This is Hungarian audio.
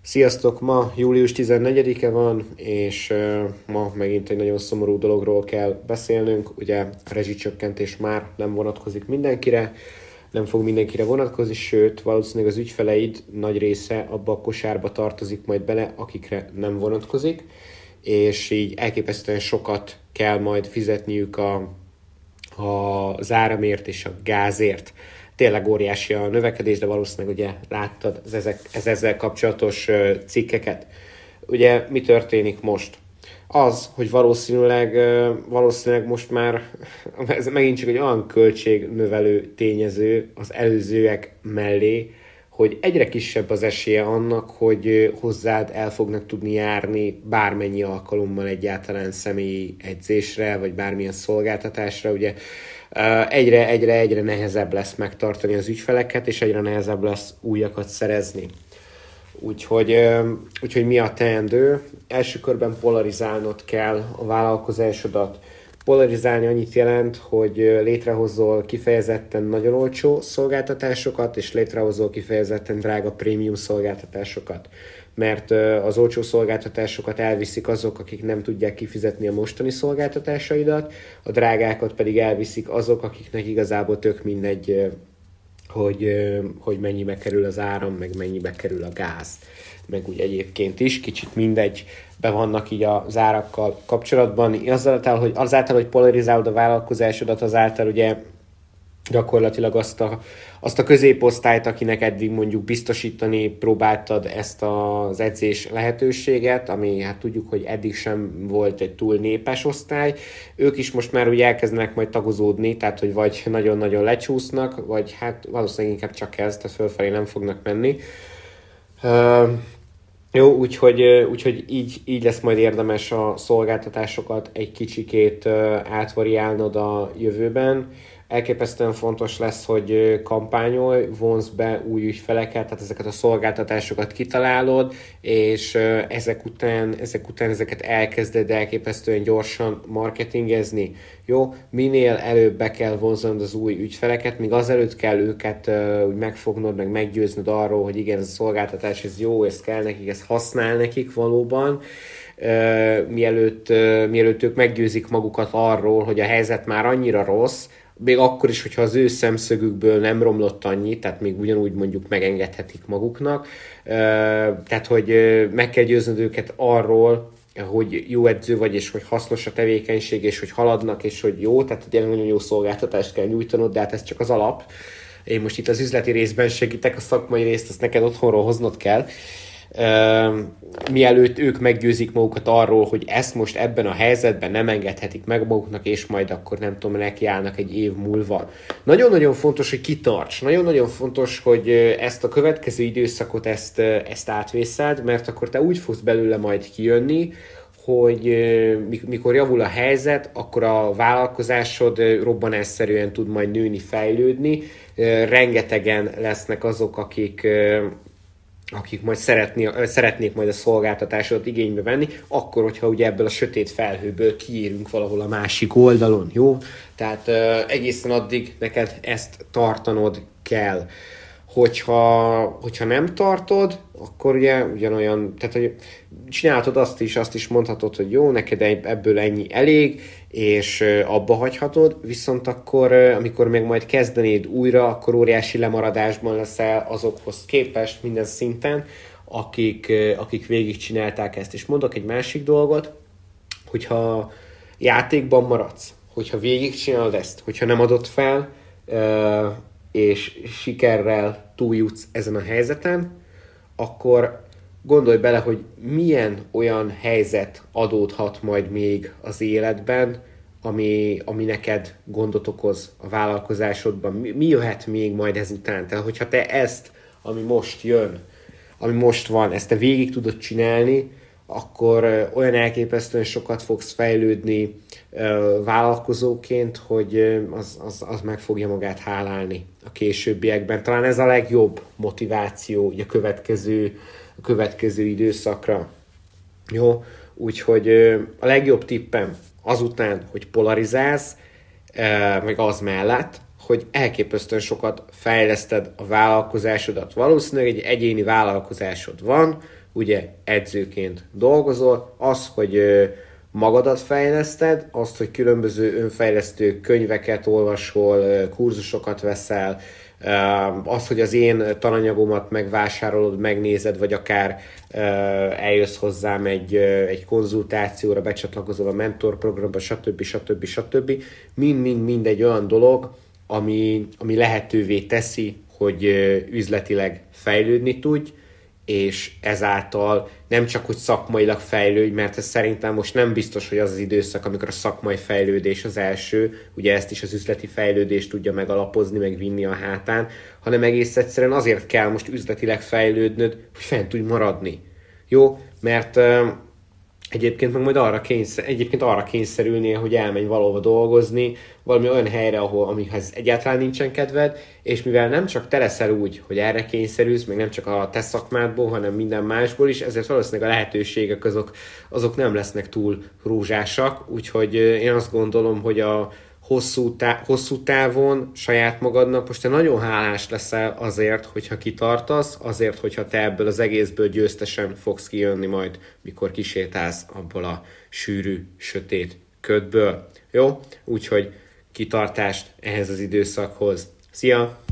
Sziasztok! Ma július 14-e van, és ma megint egy nagyon szomorú dologról kell beszélnünk. Ugye a rezsicsökkentés már nem vonatkozik mindenkire, nem fog mindenkire vonatkozni, sőt, valószínűleg az ügyfeleid nagy része abba a kosárba tartozik majd bele, akikre nem vonatkozik, és így elképesztően sokat kell majd fizetniük az áramért és a gázért. Tényleg óriási a növekedés, de valószínűleg ugye láttad az ezzel kapcsolatos cikkeket. Ugye mi történik most? Az, hogy valószínűleg most már ez megint csak egy olyan költségnövelő tényező az előzőek mellé, hogy egyre kisebb az esélye annak, hogy hozzád el fognak tudni járni bármennyi alkalommal egyáltalán személyi edzésre, vagy bármilyen szolgáltatásra. Ugye egyre nehezebb lesz megtartani az ügyfeleket, és egyre nehezebb lesz újakat szerezni. Úgyhogy mi a teendő? Első körben polarizálnod kell a vállalkozásodat. Polarizálni annyit jelent, hogy létrehozol kifejezetten nagyon olcsó szolgáltatásokat, és létrehozol kifejezetten drága prémium szolgáltatásokat. Mert az olcsó szolgáltatásokat elviszik azok, akik nem tudják kifizetni a mostani szolgáltatásaidat, a drágákat pedig elviszik azok, akiknek igazából tök mindegy, hogy mennyibe kerül az áram, meg mennyibe kerül a gáz. Meg úgy egyébként is, kicsit mindegy, be vannak így az árakkal kapcsolatban. Azáltal, hogy polarizálod a vállalkozásodat, azáltal ugye gyakorlatilag azt a középosztályt, akinek eddig mondjuk biztosítani próbáltad ezt az edzés lehetőséget, ami hát tudjuk, hogy eddig sem volt egy túl népes osztály, ők is most már úgy elkezdenek majd tagozódni, tehát hogy vagy nagyon-nagyon lecsúsznak, vagy hát valószínűleg inkább csak ez, tehát fölfelé nem fognak menni. Jó, úgyhogy így lesz majd érdemes a szolgáltatásokat egy kicsikét átvariálnod a jövőben. Elképesztően fontos lesz, hogy kampányolj, vonzd be új ügyfeleket, tehát ezeket a szolgáltatásokat kitalálod, és ezek után ezeket elkezded elképesztően gyorsan marketingezni. Jó, minél előbb be kell vonzanod az új ügyfeleket, míg azelőtt kell őket úgy megfognod, meg meggyőznöd arról, hogy igen, ez a szolgáltatás, ez jó, ez kell nekik, ez használ nekik valóban, mielőtt ők meggyőzik magukat arról, hogy a helyzet már annyira rossz, még akkor is, hogyha az ő szemszögükből nem romlott annyit, tehát még ugyanúgy mondjuk megengedhetik maguknak. Tehát, hogy meg kell győznöd őket arról, hogy jó edző vagy, és hogy hasznos a tevékenység, és hogy haladnak, és hogy jó, tehát ugye nagyon jó szolgáltatást kell nyújtanod, de hát ez csak az alap. Én most itt az üzleti részben segítek, a szakmai részt azt neked otthonról hoznod kell. Mielőtt ők meggyőzik magukat arról, hogy ezt most ebben a helyzetben nem engedhetik meg maguknak, és majd akkor nem tudom, nekiállnak egy év múlva. Nagyon-nagyon fontos, hogy kitarts. Nagyon-nagyon fontos, hogy ezt a következő időszakot ezt átvészeld, mert akkor te úgy fogsz belőle majd kijönni, hogy mikor javul a helyzet, akkor a vállalkozásod robbanásszerűen tud majd nőni, fejlődni. Rengetegen lesznek azok, akik majd szeretnék majd a szolgáltatásodat igénybe venni, akkor, hogyha ugye ebből a sötét felhőből kiérünk valahol a másik oldalon, jó? Tehát egészen addig neked ezt tartanod kell. Hogyha nem tartod, akkor ugye ugyanolyan, tehát hogy csinálhatod azt is mondhatod, hogy jó, neked ebből ennyi elég, és abba hagyhatod, viszont akkor, amikor még majd kezdenéd újra, akkor óriási lemaradásban leszel azokhoz képest minden szinten, akik végigcsinálták ezt. És mondok egy másik dolgot, hogyha játékban maradsz, hogyha végigcsinálod ezt, hogyha nem adod fel, és sikerrel túljutsz ezen a helyzeten, akkor gondolj bele, hogy milyen olyan helyzet adódhat majd még az életben, ami neked gondot okoz a vállalkozásodban. Mi jöhet még majd ezután? Tehát, hogyha te ezt, ami most jön, ami most van, ezt te végig tudod csinálni, akkor olyan elképesztően sokat fogsz fejlődni vállalkozóként, hogy az meg fogja magát hálálni a későbbiekben. Talán ez a legjobb motiváció a következő időszakra. Jó? Úgyhogy a legjobb tippem azután, hogy polarizálsz, meg az mellett, hogy elképesztően sokat fejleszted a vállalkozásodat. Valószínűleg egy egyéni vállalkozásod van, ugye edzőként dolgozol, az, hogy magadat fejleszted, azt, hogy különböző önfejlesztő könyveket olvasol, kurzusokat veszel, az, hogy az én tananyagomat megvásárolod, megnézed, vagy akár eljössz hozzám egy konzultációra, becsatlakozol a mentorprogramba, stb. Mind egy olyan dolog, ami lehetővé teszi, hogy üzletileg fejlődni tudj, és ezáltal nem csak, hogy szakmailag fejlődj, mert ez szerintem most nem biztos, hogy az az időszak, amikor a szakmai fejlődés az első, ugye ezt is az üzleti fejlődést tudja megalapozni, megvinni a hátán, hanem egész egyszerűen azért kell most üzletileg fejlődnöd, hogy fent tudj maradni. Jó? Mert egyébként meg majd arra kényszerülnél, hogy elmenj valahova dolgozni, valami olyan helyre, amihez egyáltalán nincsen kedved, és mivel nem csak te leszel úgy, hogy erre kényszerülsz, meg nem csak a te szakmádból, hanem minden másból is, ezért valószínűleg a lehetőségek azok nem lesznek túl rózsásak, úgyhogy én azt gondolom, hogy a hosszú távon saját magadnak most te nagyon hálás leszel azért, hogyha kitartasz, azért, hogyha te ebből az egészből győztesen fogsz kijönni majd, mikor kisétálsz abból a sűrű, sötét ködből. Jó? Úgyhogy kitartást ehhez az időszakhoz. Szia!